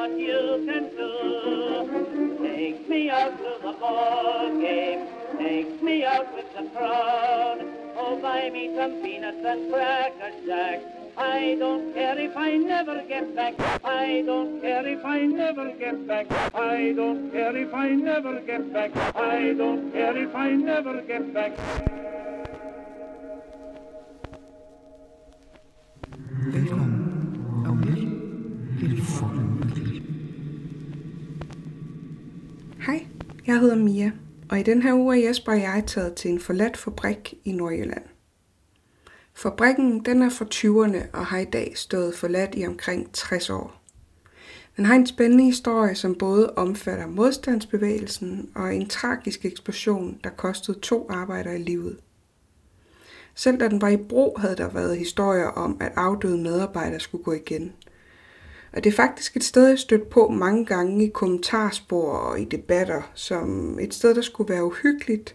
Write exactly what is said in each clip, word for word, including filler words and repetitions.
what you can do. Take me out to the ball game, take me out with the crowd. Oh, buy me some peanuts and cracker jack. I don't care if I never get back. I don't care if I never get back. I don't care if I never get back. I don't care if I never get back. Velkommen og virkelig helt fucking. Hej, jeg hedder Mia, og i den her uge er Jesper og jeg taget til en forladt fabrik i Nordjylland. Fabrikken den er fra tyverne og har i dag stået forladt i omkring tres år. Den har en spændende historie, som både omfatter modstandsbevægelsen og en tragisk eksplosion, der kostede to arbejdere livet. Selv da den var i brug, havde der været historier om, at afdøde medarbejdere skulle gå igen. Og det er faktisk et sted, jeg stødt på mange gange i kommentarspor og i debatter, som et sted, der skulle være uhyggeligt.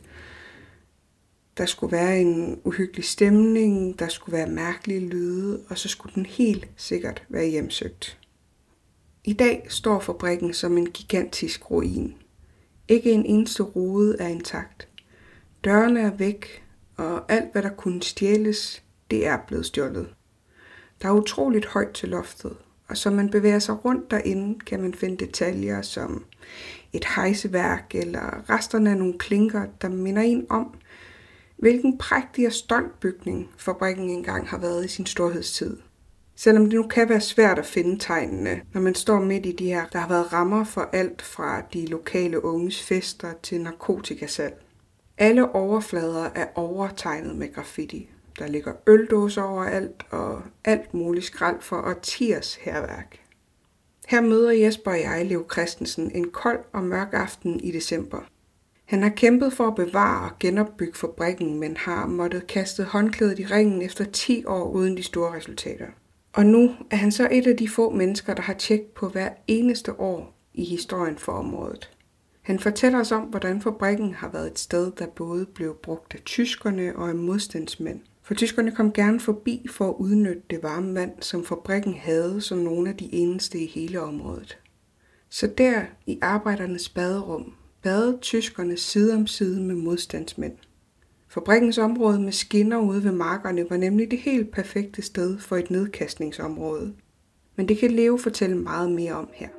Der skulle være en uhyggelig stemning, der skulle være mærkelige lyde, og så skulle den helt sikkert være hjemsøgt. I dag står fabrikken som en gigantisk ruin. Ikke en eneste rude er intakt. Dørene er væk, og alt hvad der kunne stjæles, det er blevet stjålet. Der er utroligt højt til loftet, og som man bevæger sig rundt derinde, kan man finde detaljer som et hejseværk eller resterne af nogle klinker, der minder en om, hvilken prægtig og stolt bygning fabrikken engang har været i sin storhedstid. Selvom det nu kan være svært at finde tegnene, når man står midt i de her, der har været rammer for alt fra de lokale unges fester til narkotikasalg. Alle overflader er overtegnet med graffiti. Der ligger øldåser overalt og alt muligt skrald for årtiers hærværk. Her møder Jesper og jeg Leo Christensen en kold og mørk aften i december. Han har kæmpet for at bevare og genopbygge fabrikken, men har måttet kaste håndklædet i ringen efter ti år uden de store resultater. Og nu er han så et af de få mennesker, der har tjek på hver eneste år i historien for området. Han fortæller os om, hvordan fabrikken har været et sted, der både blev brugt af tyskerne og af modstandsmænd. For tyskerne kom gerne forbi for at udnytte det varme vand, som fabrikken havde som nogle af de eneste i hele området. Så der i arbejdernes baderum badede tyskerne side om side med modstandsmænd. Fabrikkens område med skinner ude ved markerne var nemlig det helt perfekte sted for et nedkastningsområde. Men det kan Leo fortælle meget mere om her.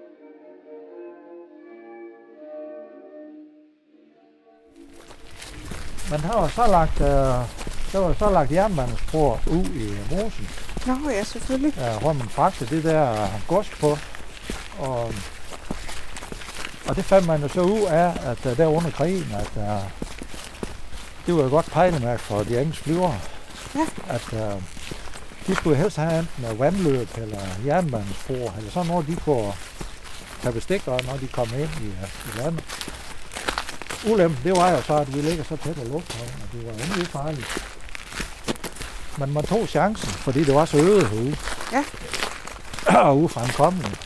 Men der var så lagt, øh, der var så lagt jernbanespor ud i mosen. Nå ja, selvfølgelig. Ja, hvor man fragtede det der gods på. Og, og det fandt man jo så ud af, at uh, der under krigen, at uh, det var et godt pejlemærke for de engelske flyvere. Ja. At uh, de skulle helst have enten vandløb eller jernbanespor, eller sådan noget, de kunne tage bestik af, når de kom ind i, uh, i landet. Ulempen, det var jo så, at vi ligger så tæt af lufthavnen, og det var endnu farligt. Men man tog chancen, fordi det var så øget herude. Ja. Og ufremkommeligt.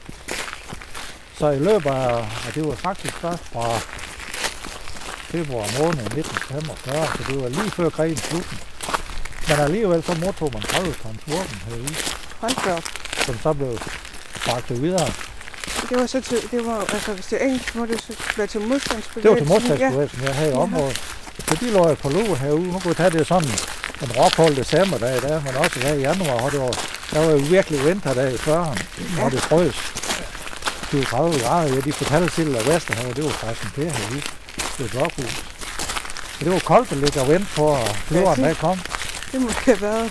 Så i løbet af, og det var faktisk først fra februar måned nitten femogfyrre, så det var lige før krigen slutten. Men alligevel så modtog man tredive tons våben herude. Hold da op. Som så blev fragtet videre. Det var så til, det var, altså hvis det er engelsk, må det så være til modstandsbevægelsen. Det var til modstandsbevægelsen, jeg havde i området. Så de lå på lue herude. Nu kunne vi tage det sådan en råkold decemberdag der, men også der i januar, hvor det var, der var jo virkelig vinterdag i førhen, hvor ja. Det frøs tyve til tredive grader. Ja, de fortalte til at Vesterhavet, det var faktisk det herude. Det var blokhus. Så det var koldt at ligge og vente på, at flyveren der kom. Det må have været.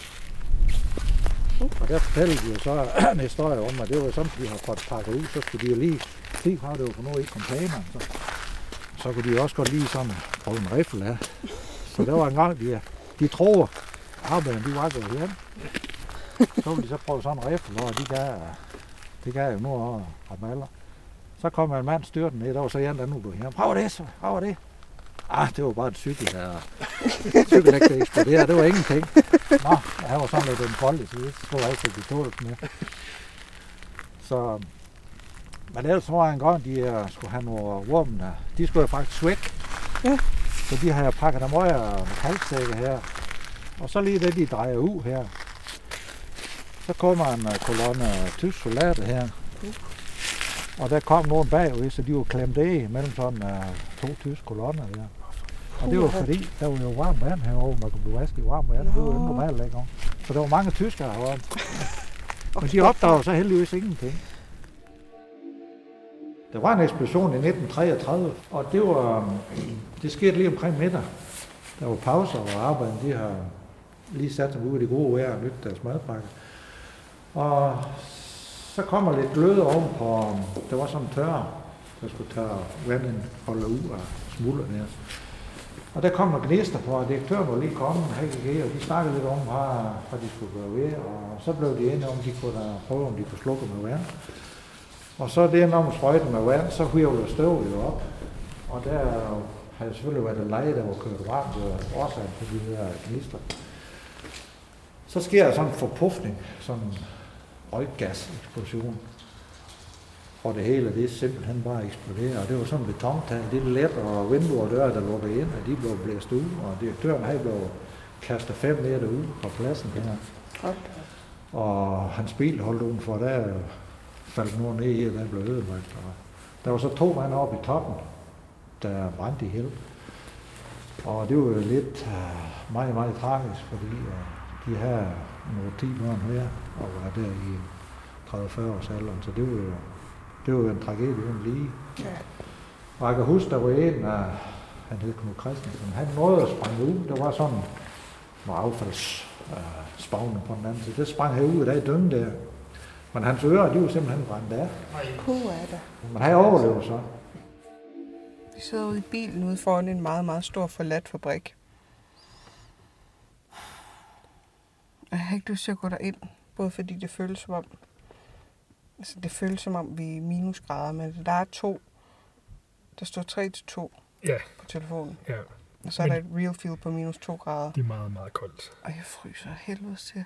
Og der fortalte de jo så en historie om, at det var sådan, at de har fået pakket ud, så skulle de jo lige se fra, det var for noget i containeren. Så, så kunne de jo også godt lige sådan prøve en riffel af. Så der var en gang, de, de troede, at arbejderne de var gået hjem. Så ville de så prøve sådan en riffel, og de gav, det gav jo noget over raballer. Så kom en mand styrten ned, der var så en, der nu blev hjemme. Hvad var det så? Hvad var det? Ah, det var bare en cykel, der cykel, der eksploderede. Det var ingenting. Nå, han var sådan lidt en kolde, så det tror jeg ikke, at de tog det med. Så, men ellers var en gang, de skulle have nogle våben der. De skulle jo faktisk væk. Ja. Så de har pakket dem røger med kalksække her. Og så lige det, de drejer ud her. Så kommer en kolonne tysk soldater her. Og der kom nogen bagved, så de var klemt af mellem sådan uh, to tyske kolonner der. Og det var fordi, der var jo varmt vand herovre, man kunne blive vasket i varmt vand. Det var jo normalt længere. Så der var mange tyskere herovre. Men de opdagede så heldigvis ingenting. Der var en eksplosion i nitten treogtredive, og det var det skete lige omkring middag. Der var pauser, og arbejden, de har lige sat sig ud i det gode vejr og nyttet deres madpakke. Og så kommer lidt gløde ovenpå, der var sådan en tørre, der skulle tørre vandet holde ud og smuldre der. Og der kom nogle gnister på, og direktøren var lige kommet, og de snakkede lidt om, hvad de skulle gøre ved, og så blev de enige om, de kunne da prøve, om de kunne slukke med vand. Og så det når man sprøjten med vand, så hvirvler støvet jo op, og der har det selvfølgelig været et leje, der var kørt varmt, det var årsagen for de her gnister. Så sker der sådan en forpuffning, sådan en røggaseksplosion. Og det hele, det er simpelthen bare eksploderet. Og det var sådan en betontag, det er let, og vinduer og døre, der lukkede ind, og de blev blæst ud. Og direktøren havde blevet kastet fem meter ud på pladsen her. Okay. Og hans bil holdt udenfor, der faldt nogen ned i, og der blev ødelagt. Og der var så to mand oppe i toppen, der brændte ihjel. Og det var jo lidt meget, meget tragisk, fordi de her nogle ti børn her, og var der i tredive til fyrre års alderen, så det var jo Det var jo en tragedie uden lige. Ja. Og jeg kan huske, der var en af, han hed Knud Christensen, han nåede at springe ud. Der var sådan nogle affaldsspavne på den anden side. Det sprang han ud af i døgn der. Men hans ører, de var simpelthen brændt af. Puh er det. Men han overlevede så. Vi sidder ude i bilen ude foran en meget, meget stor forladt fabrik. Jeg har ikke lyst til at gå derind, både fordi det føles som om, altså det føles som om vi er minusgrader, men der er to. Der står tre til to ja. På telefonen. Ja. Og så er men der et real feel på minus to grader. Det er meget, meget koldt. Og jeg fryser helvedes til.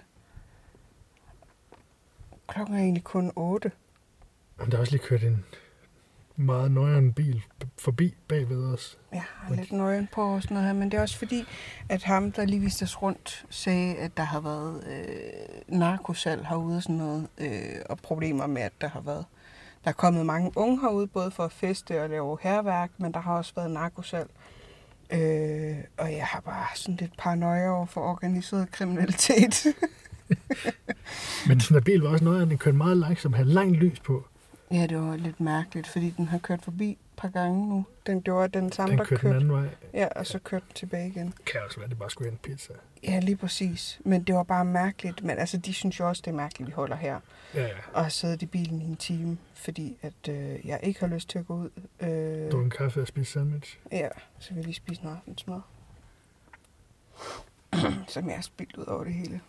Klokken er egentlig kun otte. Men der er også lige kørt en meget nøjeren bil forbi bagved os. Ja, lidt nøjeren på og sådan noget her, men det er også fordi, at ham, der lige viste os rundt, sagde, at der har været øh, narkosal herude og sådan noget, øh, og problemer med, at der har været, der er kommet mange unge herude, både for at feste og lave hærværk, men der har også været narkosal. Øh, og jeg har bare sådan lidt paranoia over for organiseret kriminalitet. Men den der bil var også nøjeren, den kørte meget langsomt, havde langt lys på. Ja, det var lidt mærkeligt, fordi den har kørt forbi et par gange nu. Den gjorde den samme, den kørte den anden vej. Ja, og så kørte den tilbage igen. Det kan også være, at det bare skulle hente pizza. Ja, lige præcis. Men det var bare mærkeligt. Men altså, de synes jo også, det er mærkeligt, at vi holder her. Ja, ja. Og har siddet i bilen i en time, fordi at øh, jeg ikke har lyst til at gå ud. Øh, du en kaffe og spise sandwich? Ja, så vil jeg lige spise noget aftensmad. Som jeg har spildt ud over det hele.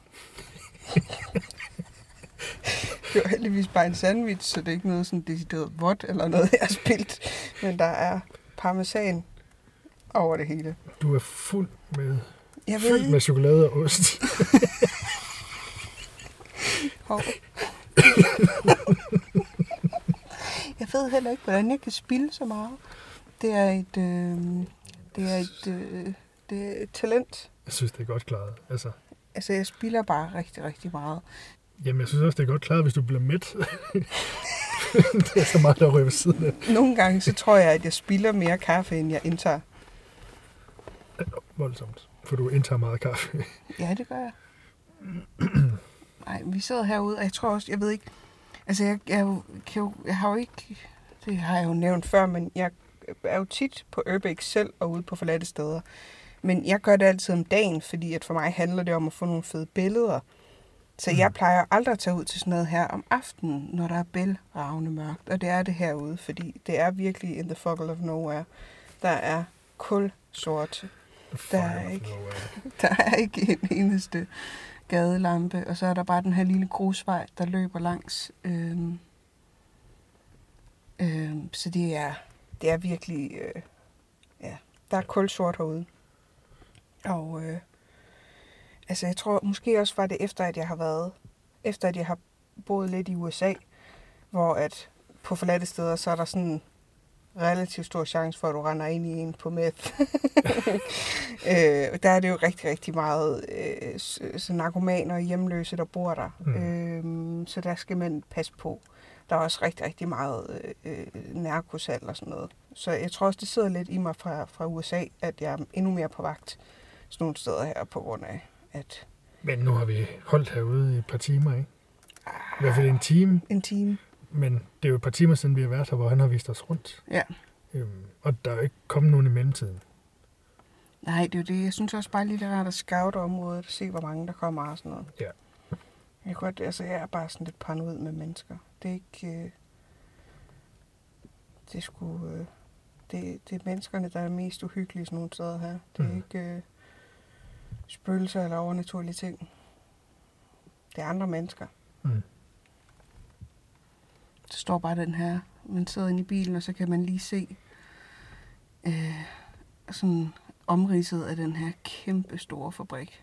Det var heldigvis bare en sandwich, så det er ikke noget sådan decideret vådt eller noget, jeg har spildt. Men der er parmesan over det hele. Du er fuld med, jeg fyldt ved med chokolade og ost. Hov. Jeg ved heller ikke, hvordan jeg kan spilde så meget. Det er et, øh, det er et, øh, det er et talent. Jeg synes, det er godt klaret. Altså, altså jeg spilder bare rigtig, rigtig meget. Jamen, jeg synes også, det er godt klaret, hvis du bliver mæt. Det er så meget, der ryger ved siden af. Nogle gange, så tror jeg, at jeg spilder mere kaffe, end jeg indtager. Voldsomt, for du indtager meget kaffe. Ja, det gør jeg. Nej, vi sidder herude, og jeg tror også, jeg ved ikke, altså jeg, jeg, jeg, jeg har jo ikke, det har jeg jo nævnt før, men jeg er jo tit på Urbex selv og ude på forladte steder. Men jeg gør det altid om dagen, fordi at for mig handler det om at få nogle fede billeder. Så jeg plejer aldrig at tage ud til sådan noget her om aftenen, når der er bælragende mørkt. Og det er det herude, fordi det er virkelig in the fog of nowhere. Der er kulsort. Der er ikke, der er ikke en eneste gadelampe. Og så er der bare den her lille grusvej, der løber langs. Øhm, øhm, så det er, det er virkelig, øh, ja, der er kulsort herude. Og øh, altså jeg tror måske også var det efter, at jeg har været, efter at jeg har boet lidt i U S A, hvor at på forladte steder, så er der sådan relativt stor chance for, at du render ind i en på meth. øh, der er det jo rigtig, rigtig meget øh, så narkomaner og hjemløse, der bor der. Mm. Øh, så der skal man passe på. Der er også rigtig, rigtig meget øh, narkosal og sådan noget. Så jeg tror også, det sidder lidt i mig fra, fra U S A, at jeg er endnu mere på vagt sådan nogle steder her, på grund af, at... Men nu har vi holdt herude i et par timer, ikke? I hvert fald en time. En time. Men det er jo et par timer siden, vi har været her, hvor han har vist os rundt. Ja. Øhm, og der er jo ikke kommet nogen i mellemtiden. Nej, det er jo det. Jeg synes også bare lige, det er rart at scoute området og se, hvor mange der kommer og sådan noget. Ja. Jeg, godt, altså, jeg er bare sådan lidt paranoid med mennesker. Det er ikke... Øh, det er sgu... Øh, det, det er menneskerne, der er mest uhyggelige sådan nogle steder her. Det er mm. ikke øh, spøgelser eller overnaturlige ting. Det er andre mennesker. Mm. Der står bare den her, man sidder inde i bilen, og så kan man lige se øh, sådan omridset af den her kæmpe store fabrik.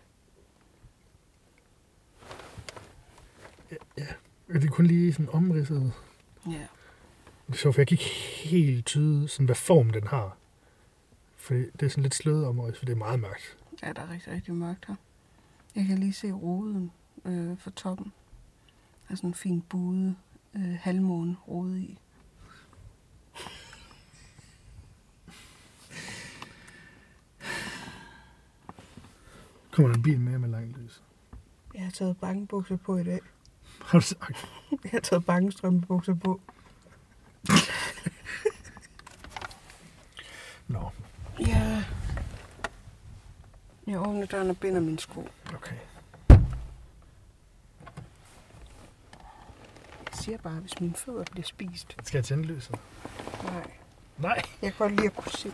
Ja, ja. Det er kun lige sådan omridset. Ja. Det er sjovt, for jeg kan ikke helt tyde, sådan, hvad form den har. For det er sådan lidt sløret omrids, for det er meget mørkt. Ja, der er rigtig, rigtig mørkt her. Jeg kan lige se roden øh, for toppen. Der er sådan en fin bude øh, halvmåne rode i. Kommer der en bil med med langt lys? Jeg har taget bangebukser på i dag. Har du sagt? Jeg har taget bangestrømpebukser på. Nå. Ja. Jeg åbner døren og binder mine sko. Okay. Jeg siger bare, hvis mine fødder bliver spist. Skal jeg tænde lyset? Nej. Nej. Jeg kan godt lide at kunne se.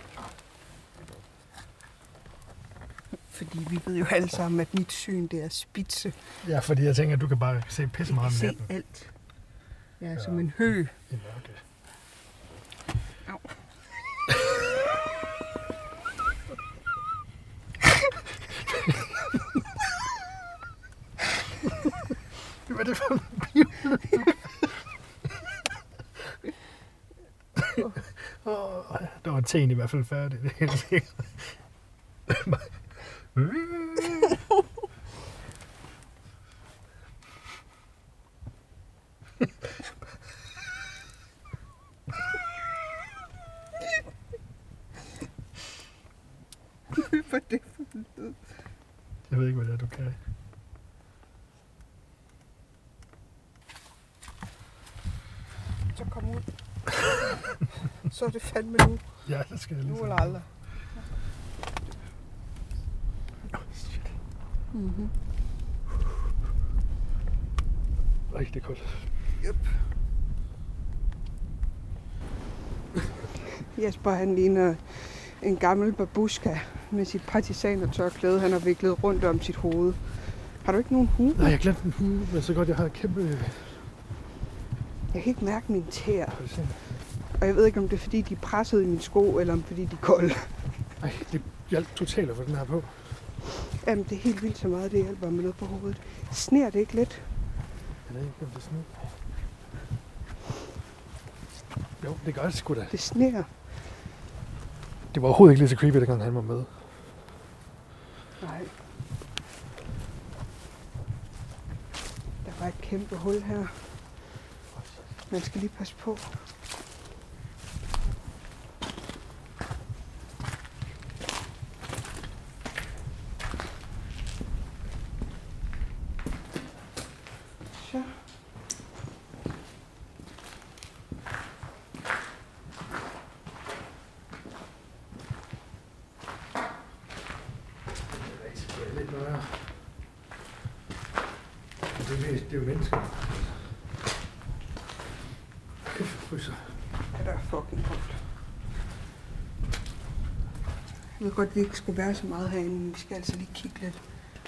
Fordi vi ved jo alle sammen, at mit syn, det er spidse. Ja, fordi jeg tænker, at du kan bare se pisse meget om natten. Jeg kan se alt. Jeg er ja. som en hø. I mørke. Au. Hvad er det for en bivle? Oh, der var teen i hvert fald færdig. Det er helt sikkert. Hvad er det for en lyd? Jeg ved ikke, hvad det er, du kan. Så kom ud. Så er det fandme nu. Ja, det skal jeg lige. Nu eller aldrig. Oh, shit. Mhm. Rigtig koldt. Yep. Jesper, han ligner en gammel babushka med sit partisanertørklæde, han har viklet rundt om sit hoved. Har du ikke nogen hue? Nej, jeg glemte en hue, men så godt, jeg har et kæmpe... Jeg kan ikke mærke mine tæer. Og jeg ved ikke, om det er, fordi de er presset i mine sko, eller om fordi de er kolde. Nej, det hjalp totalt at få den her på. Jamen, det er helt vildt så meget, det hjælper med noget på hovedet. Sner det ikke lidt? Jeg ved ikke, om det sner. Jo, det gør det sgu da. Det sner. Det var overhovedet ikke lige så creepy, dengang han var med. Nej. Der var et kæmpe hul her. Man skal lige passe på. Så. Det er jo mennesker. Kæft, fryser. Ja, der er fucking koldt. Jeg ved godt, at vi ikke skulle være så meget herinde, men vi skal altså lige kigge lidt.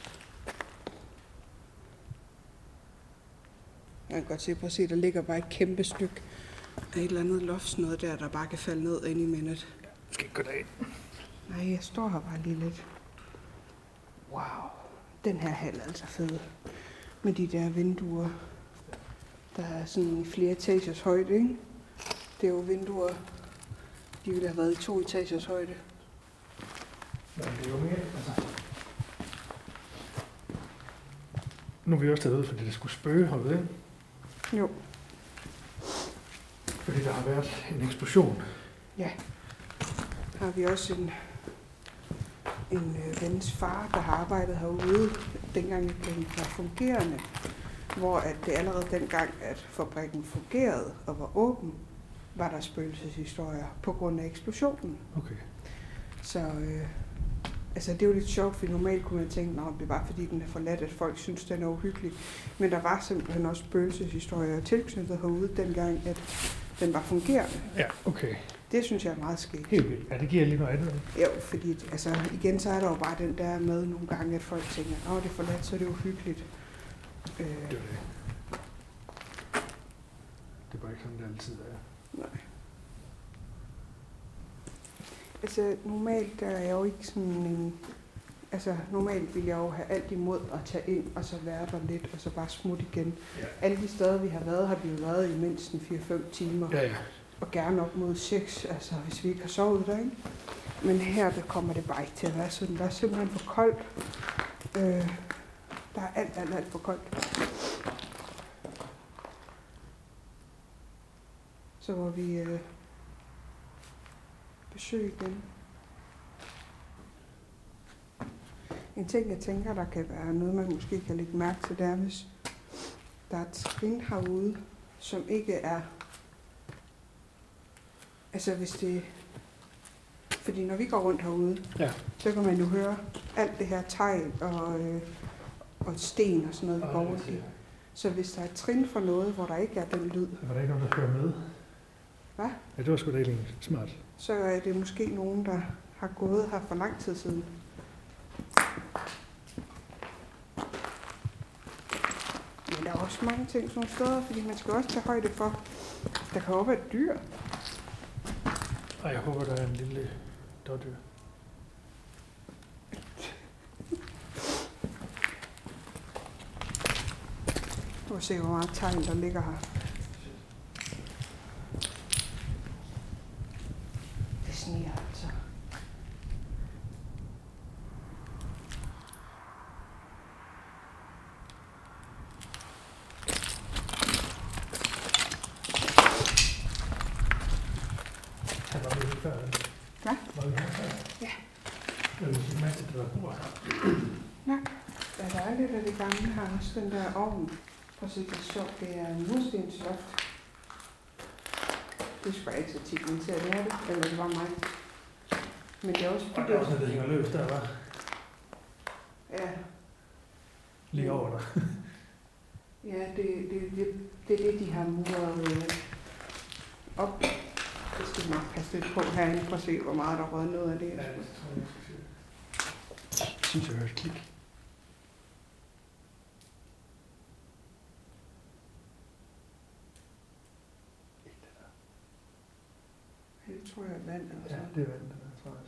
Jeg kan godt se, prøv at se, der ligger bare et kæmpe stykke af et eller andet loftsnød der, der bare kan falde ned ind i mindet. Jeg skal ikke gå derind. Nej, jeg står her bare lige lidt. Wow, den her hal er altså fed. Med de der vinduer, der er sådan flere etagers højde, ikke? Det er jo vinduer De ville have været i to etagers højde. Men det er jo mere, altså... Nu er vi også taget ud, fordi det skulle spøge herude, ikke? Jo. Fordi der har været en eksplosion. Ja. Har vi også en, en øh, vens far, der har arbejdet herude, dengang den var fungerende. Hvor at det allerede dengang, at fabrikken fungerede og var åben, var der spøgelseshistorier på grund af eksplosionen. Okay. Så øh, altså, det er jo lidt sjovt, for normalt kunne man tænke, at det var fordi den er forladt, at folk synes, den er uhyggelig. Men der var simpelthen også spøgelseshistorier tilknyttet herude, dengang at den var fungerende. Ja, okay. Det synes jeg er meget skægt. Helt vildt. Ja, det giver lige noget andet. Jo, fordi altså, igen så er der jo bare den der med nogle gange, at folk tænker, at det er forladt, så er det uhyggeligt. Øh, Det er det. Det er bare ikke sådan, det altid er. nej. Altså, normalt der er jeg jo ikke sådan en... Altså, normalt vil jeg jo have alt imod at tage ind, og så være der lidt, og så bare smutte igen. Ja. Alle de steder, vi har været, har vi jo været i mindst en fire fem timer. Ja, ja. Og gerne op mod seks, altså hvis vi ikke har sovet der, ikke? Men her, der kommer det bare ikke til at være sådan. Der er simpelthen for koldt. Øh, der er alt, alt, alt for koldt. Så må vi øh, besøge igen. En ting, jeg tænker, der kan være noget, man måske kan lægge mærke til, det er, hvis der er et trin herude, som ikke er... Altså hvis det... Fordi når vi går rundt herude, Ja. så kan man jo høre alt det her tegl og, øh, og sten og sådan noget, vi går rundt i. Så hvis der er et trin for noget, hvor der ikke er den lyd, Var der ikke nogen, der kører med? Hvad? Ja, det var sgu da egentlig smart. så er det måske nogen, der har gået her for lang tid siden. Men der er også mange ting sådan nogle steder, fordi man skal også tage højde for, der kan også være et dyr. Og jeg håber, der er en lille dårdyr. Prøv at se, hvor meget tegn der ligger her. Det sniger altså. Han var med før. Hvad? Var vi her før? Ja. Jeg vil sige, at det var bord her. Ja, der er lidt af det gamle her, også den der ovn. Prøv at se, det er sjovt, det er en murstensloft. Det skal jeg ikke så tit, men ser det er det, eller det var mig. Men det er også Og der er også noget, der hænger løs der, var Ja, lige over der. ja det, det, det, det er det, de har muret øh, op. Det skal man passe lidt på herinde, for at se, hvor meget der rød noget af det. Ja, det tror jeg, jeg skal se. Jeg synes, jeg hører et klik. Det tror jeg er vand eller Ja, sådan. det er vand, der tror jeg også.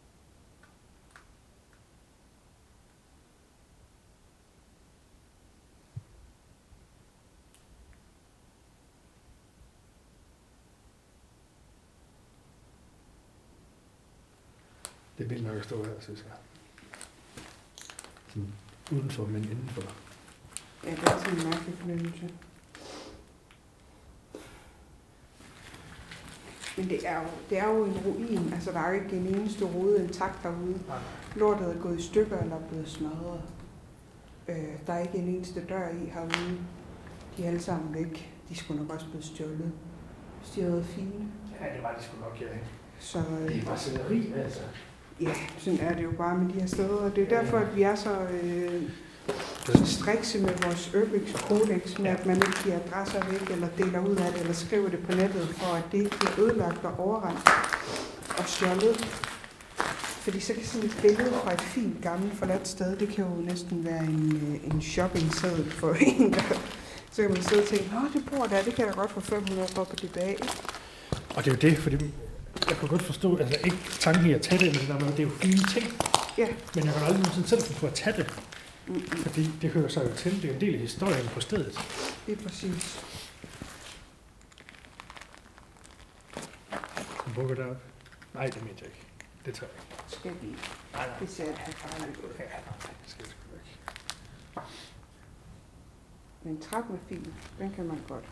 Det er vildt nok at stå her, synes jeg. Sådan udenfor, men indenfor. Ja, det er sådan en mærkelig fornemmelse. Men det er, jo, det er jo en ruin. Altså, der er jo ikke en eneste rode intakt derude. Lortet er gået i stykker eller er blevet smadret. Øh, der er ikke en eneste dør i herude. De er alle sammen væk. De skulle nok også blive stjålet. Hvis de havde været fine. Ja, det var det sgu nok, ja. Så, øh, Det var sceneri, altså. ja, sådan er det jo bare med de her steder. Og det er derfor, at vi er så, øh, så strikse med vores Urbex Codex, med at man ikke giver adresser væk, eller deler ud af det, eller skriver det på nettet, for at det ikke bliver ødelagt og overrendt og stjålet. Fordi så kan sådan et billede fra et fint, gammelt, forladt sted, det kan jo næsten være en, en shopping-seddel for en, der, så kan man sidde og tænke, åh, det bor der, det kan jeg da godt få fem hundrede for på tilbage. Og det er jo det, fordi jeg kan godt forstå, altså ikke tanken i at tage det, men det, der med, det er jo fine ting. Ja. Men jeg kan aldrig nogensinde selv finde på at tage det. Mm-mm. Fordi det hører sig jo til. Det er jo en del af historien på stedet. Det er præcis. Den bukker deroppe. Nej, det mente jeg ikke. Det tør jeg ikke. Skal vi? Nej, nej. Det ser da farligt ud. Ja, nej, det skal jeg sgu ikke. Men trappen er fin. Den kan man godt.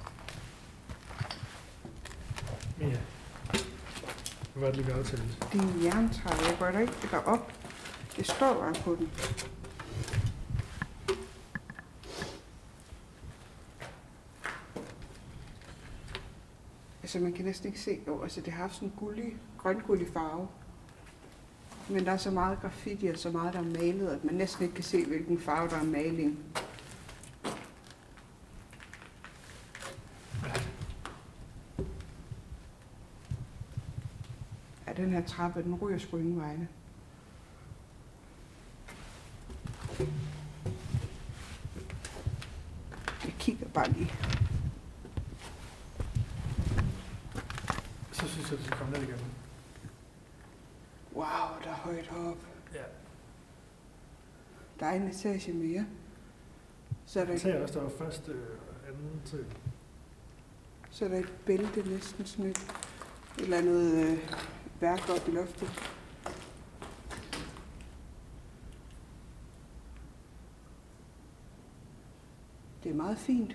Mia. Hvad var det lige ved aftalen? Det er en jerntrappe. Jeg går da ikke derop. Det står bare på den. Altså man kan næsten ikke se, jo, altså det har haft sådan en gullig, grøn-gullig farve. Men der er så meget graffiti og så meget, der er malet, at man næsten ikke kan se, hvilken farve der er maling. Ja, den her trappe, den ryger sgu ingen vegne. Jeg kigger bare lige. Så synes jeg, at du skal komme ned igen. Wow, der er højt heroppe. Ja. Der er en etage mere. Så er der, Jeg tager også, der var første øh, anden til. så er der et bælte næsten sådan et, et eller andet øh, værk op i loftet. Det er meget fint.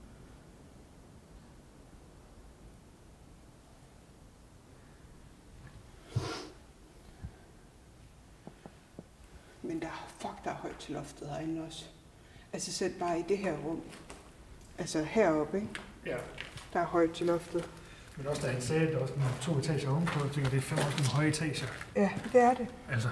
Men der er, fuck, der er højt til loftet herinde også. Altså selv bare i det her rum. Altså heroppe, ikke? Ja. Der er højt til loftet. Men også da han sagde, at der var sådan to etager ovenpå, jeg tænker, det er fem også nogle høje etager. Ja, det er det. Altså.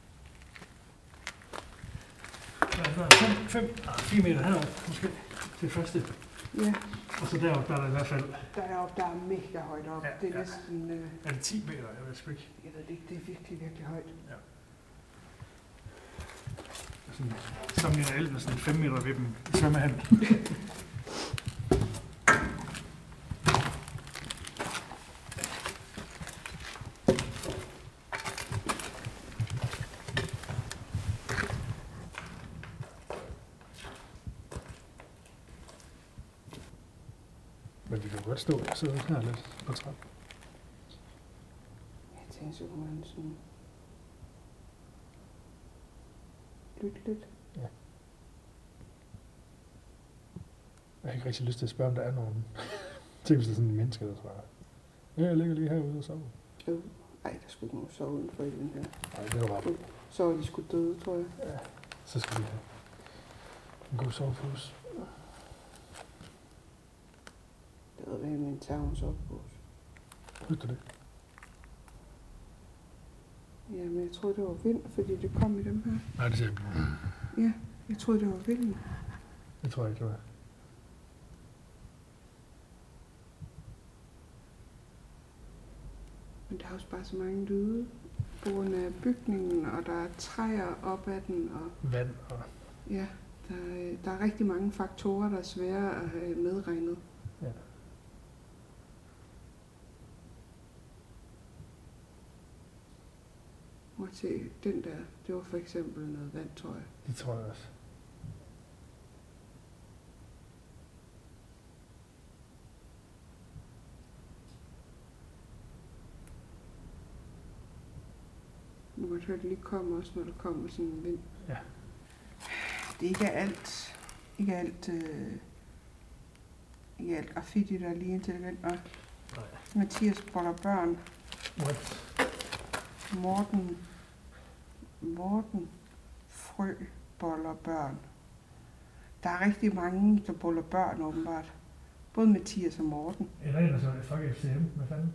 Der er fem, fem, ah, fire meter heroppe, måske. Det første. Ja, Og så deroppe, der er der i hvert fald. der er deroppe, der er mega højt op. Ja, Det er ja. næsten, øh, Er det ti meter? Jeg ved sgu ikke. jeg ved det ikke, det er virkelig, virkelig højt. Sådan, sammenligner el med sådan fem meter ved dem i svømmehallen. Men vi kan godt stå og sidde her lidt på trappen. Jeg tænker, så kunne man sådan lytte lidt. Jeg har ikke rigtig lyst til at spørge, om der er nogen ting, hvis der er sådan en menneske, der svarer. Ja, jeg ligger lige herude og sover. Øh, ej, der skulle ikke nogen sove udenfor i den her. Nej, det var bare. Så var de sgu døde, tror jeg. Ja, så skal vi have en god sovepose. Det havde været med en terrens opbås. Hørte du det? Ja, men jeg troede, det var vind, fordi det kom i dem her. Nej, det siger jeg. Ja, jeg troede, det var vinden. Det tror jeg ikke, det var. Men der er også bare så mange lyde på grund af bygningen, og der er træer op ad den, og Vand og... ja, der er, der er rigtig mange faktorer, der er svære at have medregnet. Ja. Må jeg se, den der, det var for eksempel noget vand, tror jeg. Det tror jeg også. Du kan godt høre, at det lige kommer også, når der kommer sådan en vind. Ja. Det er ikke alt, ikke alt, øh, ikke alt graffiti, der er lige intelligent nok. Nej. Mathias boller børn. What? Morten, Morten Frø boller børn. Der er rigtig mange, der boller børn, åbenbart. Både Mathias og Morten. En af der så er fuck F C M. Hvad fanden?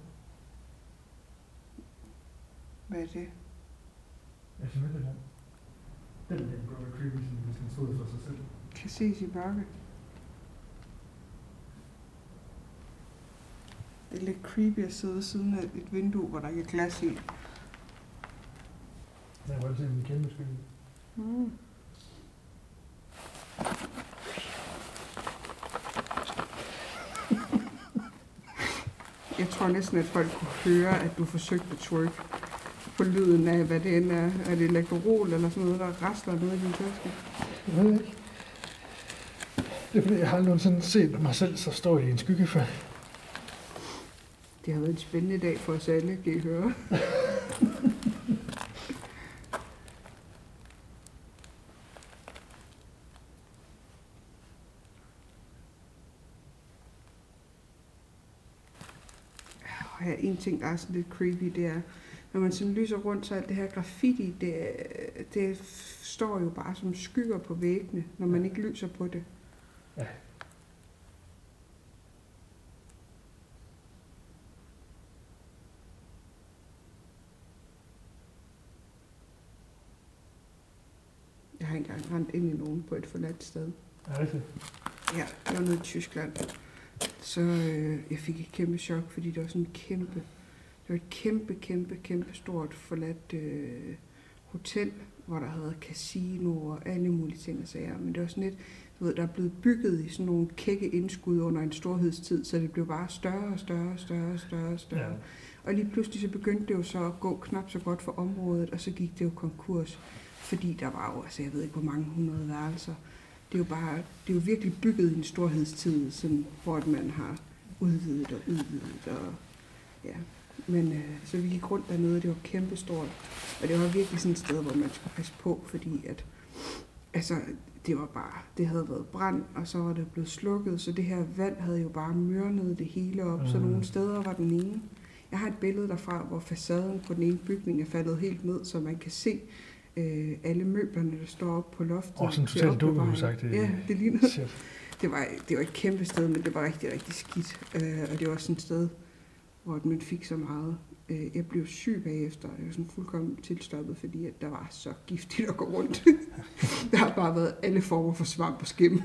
Hvad er det? F C M Midtjylland. Den der går være creepy, hvis den stod for sig selv. Kan ses i mørke. Det er lidt creepy at sidde siden af et vindue, hvor der ikke er glas i. Jeg kan godt se en kæmpe skyld. Mm. Jeg tror næsten, at folk kunne høre, at du forsøgte at twerk på lyden af, hvad det end er. Er det Lækkerol eller sådan noget, der rasler noget i din taske? Jeg ved ikke. Det er fordi, jeg har aldrig nogensinde set mig selv så stå i en skygge før. Det har været en spændende dag for os alle, kan I høre. Og ja, en ting, der er sådan lidt creepy, det er, når man sådan lyser rundt, så alt det her graffiti, det, det står jo bare som skygger på væggene, når man ikke lyser på det. Ja. Jeg har engang rendt ind i nogen på et forladt sted. Er det det? Ja, det var nede i Tyskland. Så øh, jeg fik et kæmpe chok, fordi det var sådan en kæmpe, det var et kæmpe, kæmpe, kæmpe stort forladt øh, hotel, hvor der havde casino og alle mulige ting og sager. Men det var sådan lidt, du ved, der er blevet bygget i sådan nogle kække indskud under en storhedstid, så det blev bare større og større og større og større og større. Ja. Og lige pludselig så begyndte det jo så at gå knap så godt for området, og så gik det jo konkurs, fordi der var jo, altså jeg ved ikke hvor mange hundrede værelser. Det er jo bare, det er jo virkelig bygget i en storhedstid, sådan, hvor man har udvidet og udvidet og ja. Men øh, så vi gik rundt dernede, og det var kæmpestort, og det var virkelig sådan et sted, hvor man skulle passe på, fordi at, altså, det var bare, det havde været brand, og så var det blevet slukket, så det her vand havde jo bare mørnet det hele op, mm. så nogle steder var den ene. Jeg har et billede derfra, hvor facaden på den ene bygning er faldet helt ned, så man kan se øh, alle møblerne, der står oppe på loftet. Åh, oh, sådan totalt dumt, du sagt det. Ja, det ligner. Det var, det var et kæmpe sted, men det var rigtig, rigtig skidt, øh, og det var sådan et sted, hvor man fik så meget. Jeg blev syg bagefter, jeg var sådan fuldkommen tilstoppet, fordi at der var så giftigt at gå rundt. Der har bare været alle former for svamp og skim.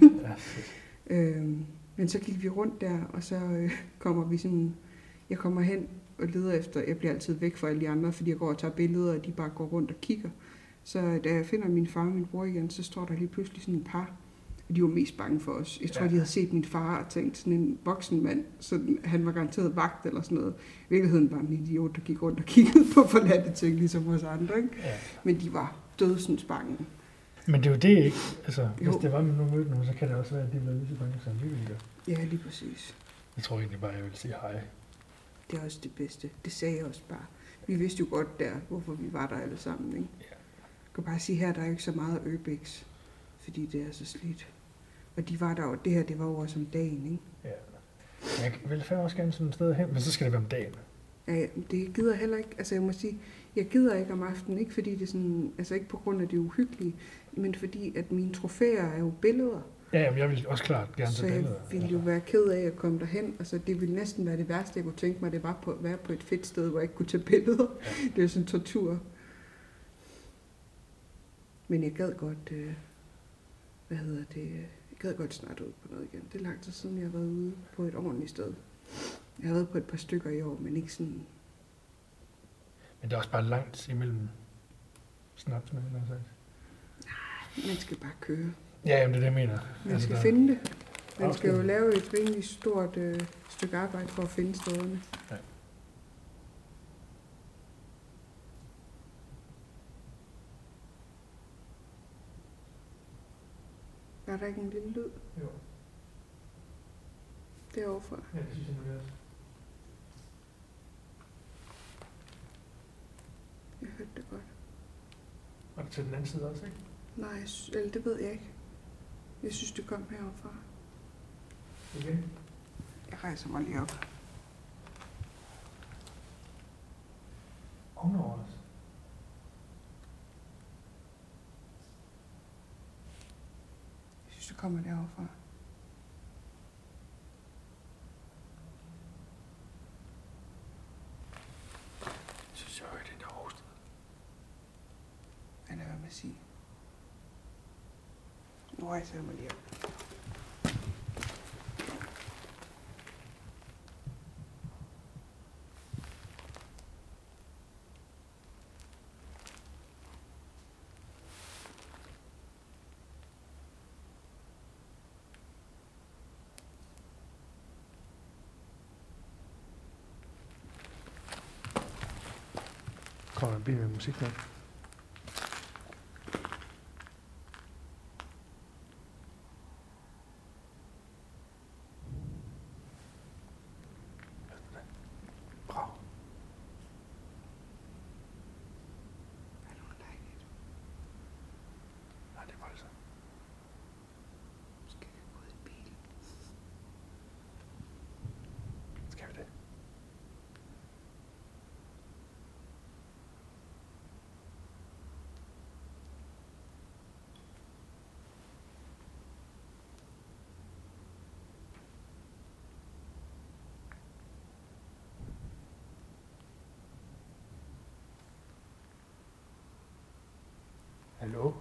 Ja. øhm, men så gik vi rundt der, og så øh, kommer vi sådan, jeg kommer hen og leder efter, jeg bliver altid væk fra alle de andre, fordi jeg går og tager billeder, og de bare går rundt og kigger. Så da jeg finder min far og min bror igen, så står der lige pludselig sådan et par. De var mest bange for os. Jeg tror, ja. De havde set min far og tænkt sådan en voksen mand, så han var garanteret vagt eller sådan noget. I virkeligheden var en idiot, der gik rundt og kiggede på forladte ting, ligesom hos andre, ikke? Ja. Men de var dødsens bange. Men det er jo det, ikke? Altså, hvis det var med nogen mødte nogen, så kan det også være, at de var lige så bange, som vi ville gøre. Ja, lige præcis. Jeg tror egentlig bare, jeg vil sige hej. Det er også det bedste. Det sagde jeg også bare. Vi vidste jo godt der, hvorfor vi var der alle sammen, ikke? Ja. Jeg kan bare sige her, der er ikke så meget Urbex, fordi det er så slidt. Og de var der jo, det her, det var jo også om dagen, ikke? Ja. Jeg vil fandme også gerne sådan et sted hen, men så skal det være om dagen. Ja, det gider jeg heller ikke. Altså jeg må sige, jeg gider ikke om aftenen, ikke fordi det er sådan, altså ikke på grund af det uhyggelige, men fordi at mine trofæer er jo billeder. Ja, men jeg vil også klart gerne tage billeder. Så jeg ville jo være ked af at komme derhen, og så det ville næsten være det værste, jeg kunne tænke mig, det var på at være på et fedt sted, hvor jeg ikke kunne tage billeder. Ja. Det er sådan tortur. Men jeg gad godt, øh, hvad hedder det, jeg gad godt snart ud på noget igen. Det er lang tid siden, jeg har været ude på et ordentligt sted. Jeg har været på et par stykker i år, men ikke sådan... Men det er også bare langt imellem snaps med, eller sagt. Nej, man skal bare køre. Ja, jamen det er det, jeg mener. Man altså, skal der... finde det. Man skal jo lave et rimelig stort øh, stykke arbejde for at finde stederne. Ja. Er der ikke en lille lyd? Jo. Deroverfra? Ja, det synes jeg nu også. Jeg hørte det godt. Og det til den anden side også, ikke? Nej, eller det ved jeg ikke. Jeg synes, det kom heroverfra. Okay. Jeg rejser mig lige op. Ovenover os. Jeg synes, det kommer deroverfra. Jeg synes, jeg hører det der hoste. Hvad lader jeg med at sige? Nu rejser jeg mig lige op. Kommer en bil med musik der? Hallo?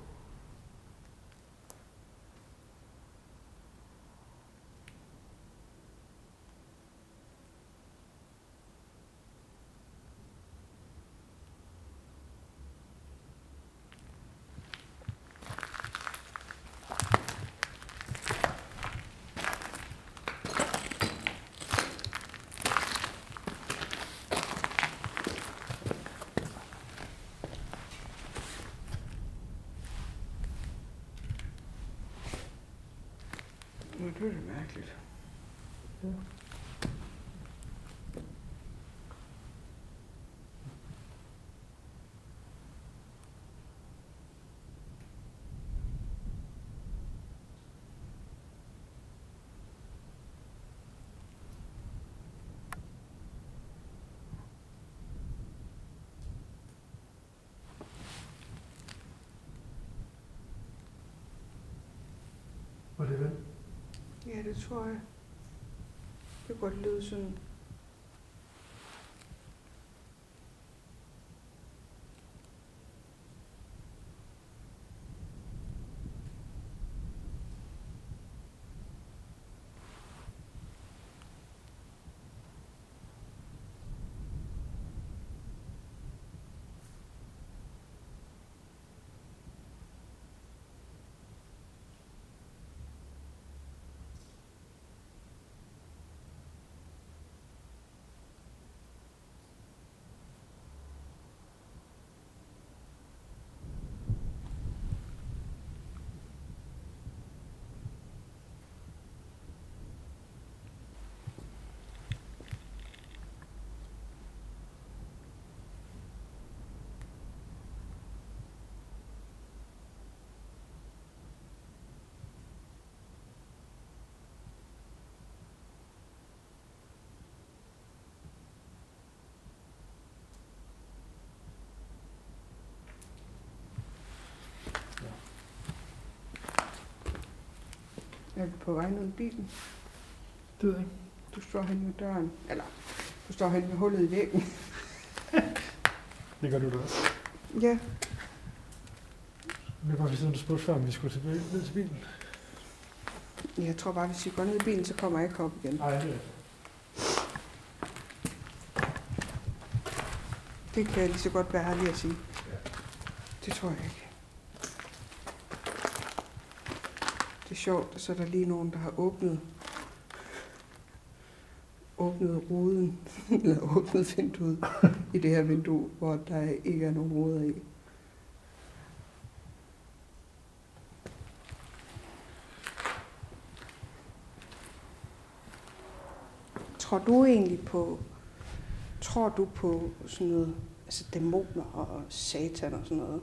Nu er det mærkeligt. Ja. Var det vel? Ja, det tror jeg. Det kan godt lyde sådan. Er vi på vej ned i bilen? Det ved jeg ikke. Du står hen ved døren. Eller, du står hen ved hullet i væggen. Det gør du da også. Ja. Det var bare, hvis du spurgte før, om vi skulle tilbage ned til bilen. Jeg tror bare, hvis vi går ned i bilen, så kommer jeg ikke op igen. Nej, det er Det kan jeg lige så godt være ærlig at sige. Ja. Det tror jeg ikke. Det er sjovt, og så er der lige nogen, der har åbnet åbnet ruden, eller åbnet vinduet i det her vindue, hvor der ikke er nogen ruder i. Tror du egentlig på, tror du på sådan noget, altså dæmoner og satan og sådan noget?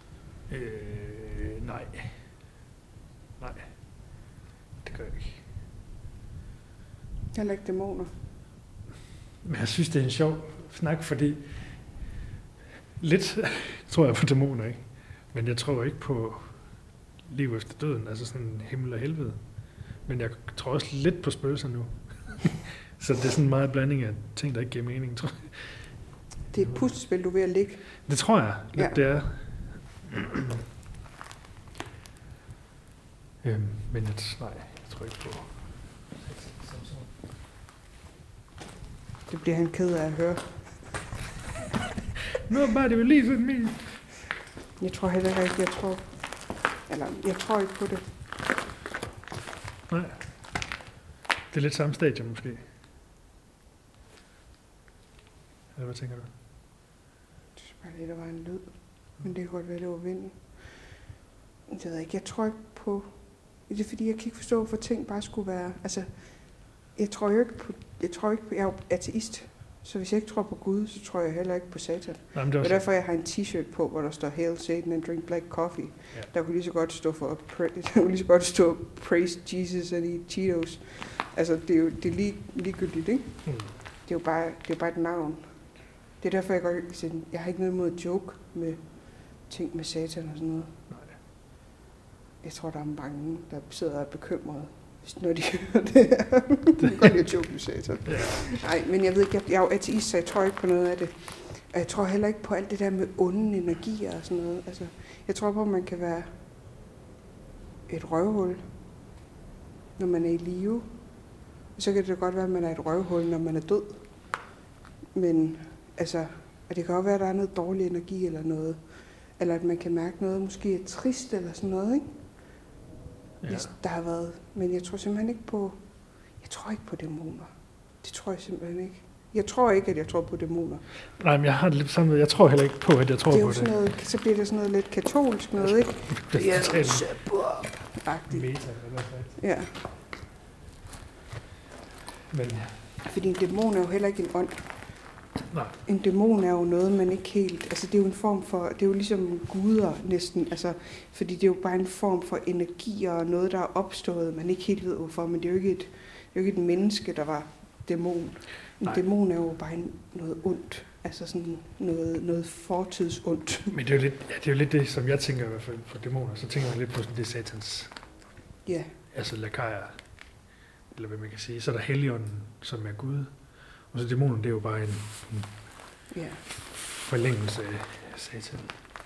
Øh, nej. Nej. Det gør jeg ikke. Heller ikke dæmoner. Men jeg synes, det er en sjov snak, fordi lidt tror jeg på dæmoner, ikke? Men jeg tror ikke på liv efter døden, altså sådan himmel og helvede. Men jeg tror også lidt på spøgelser nu. Så det er sådan en meget blanding af ting, der ikke giver mening, tror jeg. Det er et puslespil, du er ved at ligge. Det tror jeg lidt, Ja. det er. øhm, men jeg, nej, jeg tror ikke på. Det bliver han ked af at høre. Nu er bare det jo lige sådan min. Jeg tror heller ikke, jeg tror... Eller, jeg tror ikke på det. Nej. Det er lidt samme stadie måske. Eller hvad tænker du? Jeg synes bare lige, der var en lyd. Men det kan godt være, det var vinden. Jeg ved ikke, jeg tror ikke på... Det er fordi, jeg kan ikke forstå, hvorfor ting bare skulle være... Altså, jeg tror jo ikke på... Jeg tror ikke på... Jeg er jo ateist. Så hvis jeg ikke tror på Gud, så tror jeg heller ikke på Satan. Nej, men det er Det er også, derfor, jeg har en t-shirt på, hvor der står Hail Satan and drink black coffee. Ja. Der kunne lige så godt stå for pra- der kunne lige så godt stå Praise Jesus and eat Cheetos. Altså, det er jo det er lige, ligegyldigt, ikke? hmm. Det er jo bare, det er jo bare et navn. Det er derfor, jeg godt siger, jeg har ikke noget imod at joke med ting med Satan og sådan noget. Nej. Jeg tror, der er mange, der sidder og er bekymrede, hvis når de hører det her. Det kan godt lide at joke med Satan. Ja. Nej, men jeg ved ikke, jeg, jeg er jo ateist, så jeg tror ikke på noget af det. Og jeg tror heller ikke på alt det der med onde energier og sådan noget. Altså, jeg tror på, at man kan være et røvhul, når man er i live. Og så kan det godt være, at man er et røvhul, når man er død. Men altså, og det kan også være, at der er noget dårlig energi eller noget. Eller at man kan mærke noget, måske er trist eller sådan noget, ikke? Ja. Jeg, der har været, men jeg tror simpelthen ikke på, jeg tror ikke på dæmoner. Det tror jeg simpelthen ikke. Jeg tror ikke, at jeg tror på dæmoner. Nej, men jeg har det lidt sammen med, jeg tror heller ikke på, at jeg tror det er på jo sådan noget, så bliver det sådan noget lidt katolsk noget, ikke? Det er agtigt. Meta, eller hvad? Ja. Men fordi en dæmon er jo heller ikke en ånd. nej. En dæmon er jo noget, man ikke helt... Altså, det er jo en form for... Det er jo ligesom guder næsten. Altså, fordi det er jo bare en form for energi og noget, der er opstået, man ikke helt ved hvorfor. Men det er jo ikke et, det er jo ikke et menneske, der var dæmon. En Nej. dæmon er jo bare en, noget ondt. Altså sådan noget, noget fortidsondt. Men det er, jo lidt, ja, det er jo lidt det, som jeg tænker i hvert fald for dæmoner. Så tænker jeg lidt på sådan, det er satans. Ja. Altså lakajer, eller hvad man kan sige. Så er der Helligånden, som er Gud. Og så dæmonen, det er jo bare en, en Ja. forlængelse af satan.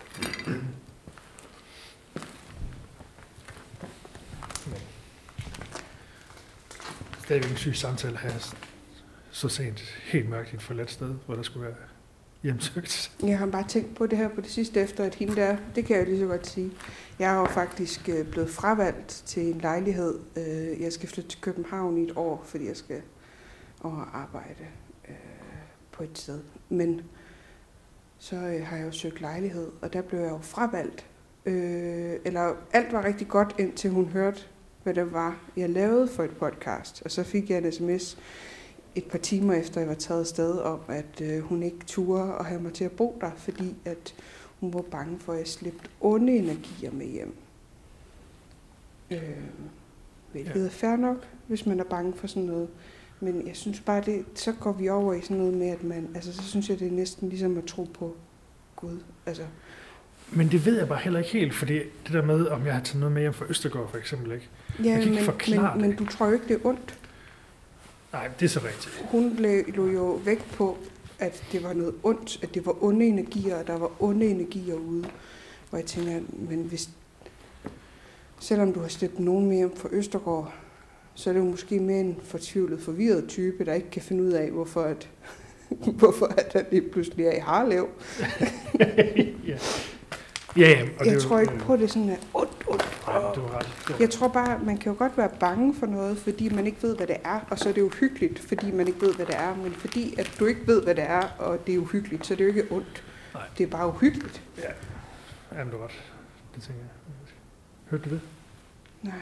Men stadigvæk en syg samtale her, så sent helt mørkt i et forladt sted, hvor der skulle være hjemsøgt. Jeg har bare tænkt på det her på det sidste efter, at hende der, det kan jeg jo lige så godt sige. Jeg er jo faktisk øh, blevet fravalgt til en lejlighed. Øh, jeg skal flytte til København i et år, fordi jeg skal over arbejde øh, på et sted. Men så øh, har jeg jo søgt lejlighed, og der blev jeg jo fravalgt. Øh, eller alt var rigtig godt, indtil hun hørte, hvad det var, jeg lavede for et podcast. Og så fik jeg en sms et par timer efter, jeg var taget afsted, om at øh, hun ikke turde at have mig til at bo der, fordi at hun var bange for, at jeg slæbte onde energier med hjem. Øh, hvilket ja. er fair nok, hvis man er bange for sådan noget. Men jeg synes bare, det, så går vi over i sådan noget med, at man, altså så synes jeg, det er næsten ligesom at tro på Gud. Altså. Men det ved jeg bare heller ikke helt, fordi det der med, om jeg har taget noget med hjem fra Østergaard for eksempel, ikke? Ja, jeg kan men, ikke forklare men, det. men du tror jo ikke, det er ondt. Nej, det er så rigtigt. Hun lå jo vægt på, at det var noget ondt, at det var onde energier, og der var onde energier ude. Hvor jeg tænker, men hvis, selvom du har slæbt nogen med hjem fra Østergaard, så er det jo måske mere en fortvivlet, forvirret type, der ikke kan finde ud af, hvorfor at, hvorfor at han lige pludselig er i Harlev. ja. Ja, ja, og jeg det tror jo, ikke på, det sådan er ondt, ondt. Nej, du har ret. Du har Jeg tror bare, man kan jo godt være bange for noget, fordi man ikke ved, hvad det er, og så er det uhyggeligt, fordi man ikke ved, hvad det er. Men fordi at du ikke ved, hvad det er, og det er uhyggeligt, så er det jo ikke ondt. Nej. Det er bare uhyggeligt. Ja, jamen du har ret. Det tænker jeg. Hørte du det? Nej.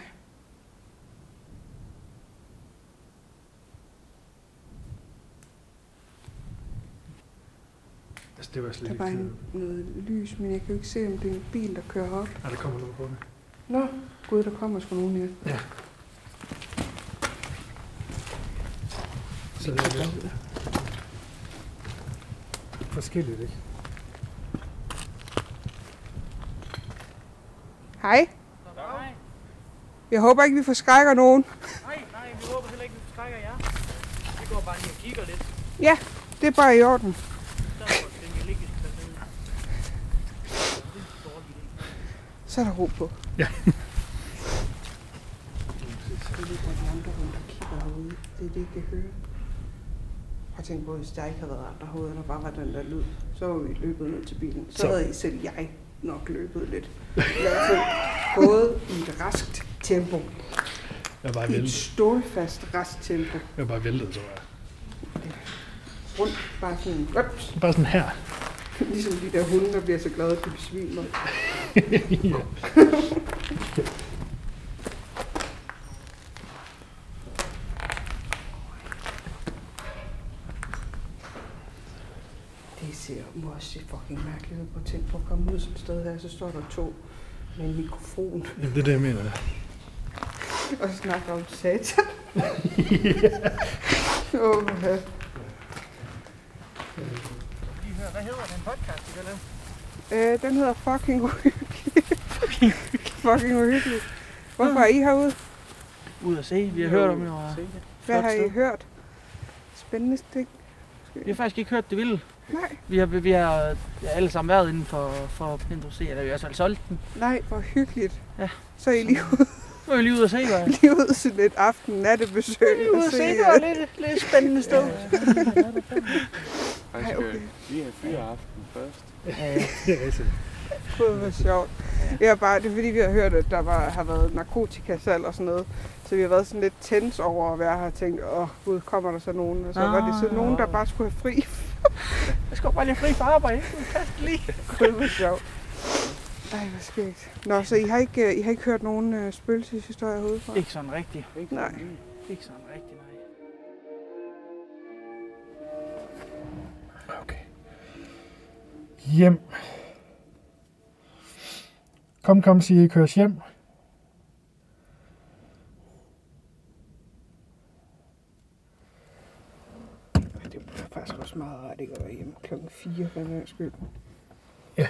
Altså, det var slet Der er bare ikke en, noget lys, men jeg kan jo ikke se, om det er en bil, der kører op. Nej, der kommer noget på det. Nå, gud, der kommer sgu nogen her. Ja. Så det er lidt forskelligt, ikke? Hej. Nej, Jeg håber ikke, vi forskrækker nogen. nej, nej, vi håber heller ikke, vi forskrækker jer. Vi går bare lige og kigger lidt. Ja, det er bare i orden. Så er den kan ligge et sted. Det er en dårlig idé. Så er der ro på. Ja. Det er lidt, at de andre rundt og kigger herude. Det er det, jeg kan høre. Jeg tænkte på, hvis der ikke havde været andre herude, og der bare var den der lyd, så var vi løbet ned til bilen. Så, Så. havde selv jeg nok løbet lidt. I hvert fald gået i et raskt tempo. Jeg er bare I et væltet. stålfast raskt tempo. Jeg er bare væltet, tror jeg. Rundt, bare sådan, godt. Bare sådan her. Ligesom de der hunde, der bliver så glade, at de besvimer. ja. Det ser, må også se fucking mærkeligt ud. Prøv at tænke på at komme ud sådan et sted her, så står der to med en mikrofon Jamen, det er det, jeg mener. og snakker om satan. Åh, ja. Lige hør, hvad hedder den podcast, I kan lave? Øh, den hedder fucking uhyggelig. Fucking uhyggelig. Hvorfor er I herude? Ud at se, vi har hørt om det. Og... Hvad har I sted. hørt? Spændende ting. Vi har faktisk ikke hørt det vilde. Nej. Vi har, vi har alle sammen været inden for, for industrien, eller vi har altså solgt den. Nej, hvor hyggeligt. Ja. Så er I lige ude, Nu er vi lige ude at se, hvad? lige ude sådan et aften-nattebesøg. Vi er ude at se, det var lidt, lidt spændende sted. Ej, okay. Vi har fyre aften først. Ja, Det er rigtigt. Gud, hvor sjovt. Ja, bare, det er fordi, vi har hørt, at der var, har været narkotikasalg og sådan noget. Så vi har været sådan lidt tens over at være her og tænkt, åh gud, kommer der så nogen? Og så var det så nogen, der bare skulle have fri. jeg skal bare lige fri for arbejde. Lige. Gud, hvor sjovt. Ej, hvor skægt. Nå, så I har ikke, I har ikke hørt nogen uh, spøgelseshistorier herude fra? Ikke sådan rigtigt. Nej. Ikke sådan rigtigt, nej. Okay. Hjem. Kom, kom, siger I køres hjem. Det er faktisk også meget rart, ikke at være hjemme klokken fire for en gang skyld. Ja.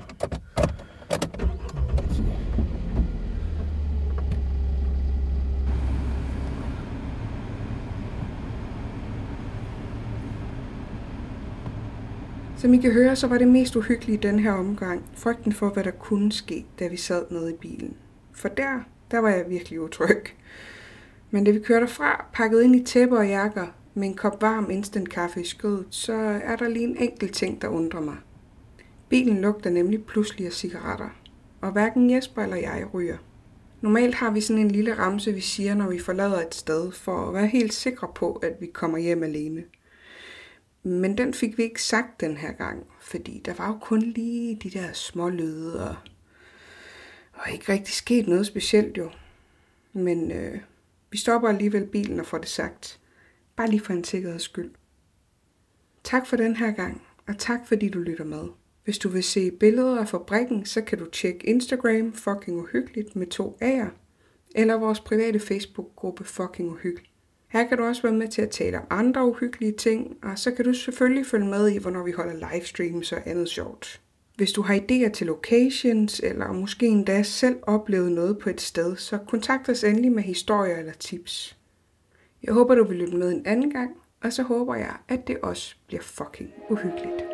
Som I kan høre, så var det mest uhyggelige i den her omgang frygten for, hvad der kunne ske, da vi sad nede i bilen. For der, der var jeg virkelig utryg. Men da vi kørte fra, pakket ind i tæpper og jakker, med en kop varm instant kaffe i skødet, så er der lige en enkelt ting, der undrer mig. Bilen lugter nemlig pludselig af cigaretter, og hverken Jesper eller jeg ryger. Normalt har vi sådan en lille ramse, vi siger, når vi forlader et sted, for at være helt sikre på, at vi kommer hjem alene. Men den fik vi ikke sagt den her gang, fordi der var jo kun lige de der små lyde, og, og ikke rigtig sket noget specielt jo. Men øh, vi stopper alligevel bilen og får det sagt. Bare lige for en sikkerheds skyld. Tak for den her gang, og tak fordi du lytter med. Hvis du vil se billeder af fabrikken, så kan du tjekke Instagram fucking uhyggeligt med to A'er, eller vores private Facebook-gruppe fucking uhyggeligt. Her kan du også være med til at tale om andre uhyggelige ting, og så kan du selvfølgelig følge med i, hvornår vi holder livestreams og andet sjovt. Hvis du har idéer til locations, eller måske endda selv oplevet noget på et sted, så kontakt os endelig med historier eller tips. Jeg håber, du vil lytte med en anden gang, og så håber jeg, at det også bliver fucking uhyggeligt.